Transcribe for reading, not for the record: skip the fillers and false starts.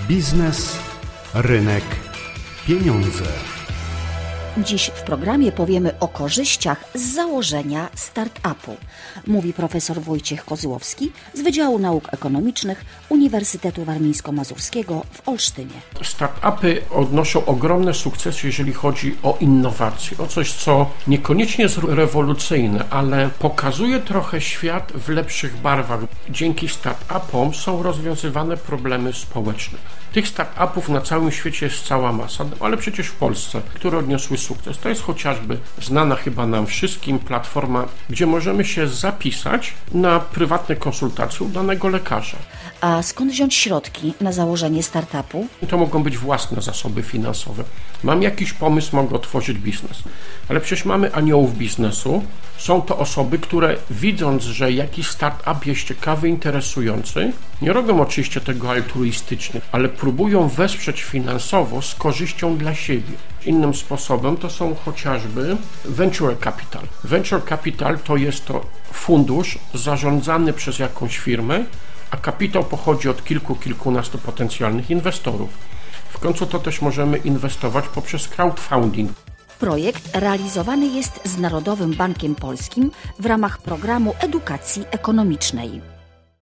Biznes, rynek, pieniądze. Dziś w programie powiemy o korzyściach z założenia start-upu. Mówi profesor Wojciech Kozłowski z Wydziału Nauk Ekonomicznych Uniwersytetu Warmińsko-Mazurskiego w Olsztynie. Start-upy odnoszą ogromne sukcesy, jeżeli chodzi o innowacje, o coś, co niekoniecznie jest rewolucyjne, ale pokazuje trochę świat w lepszych barwach. Dzięki start-upom są rozwiązywane problemy społeczne. Tych start-upów na całym świecie jest cała masa, ale przecież w Polsce, które odniosły sukces, to jest chociażby znana chyba nam wszystkim platforma, gdzie możemy się zapisać na prywatne konsultacje u danego lekarza. A skąd wziąć środki na założenie startupu? To mogą być własne zasoby finansowe. Mam jakiś pomysł, mogę otworzyć biznes. Ale przecież mamy aniołów biznesu. Są to osoby, które widząc, że jakiś startup jest ciekawy, interesujący, nie robią oczywiście tego altruistycznie, ale próbują wesprzeć finansowo z korzyścią dla siebie. Innym sposobem to są chociażby venture capital. Venture capital to jest to fundusz zarządzany przez jakąś firmę, a kapitał pochodzi od kilkunastu potencjalnych inwestorów. W końcu to też możemy inwestować poprzez crowdfunding. Projekt realizowany jest z Narodowym Bankiem Polskim w ramach programu edukacji ekonomicznej.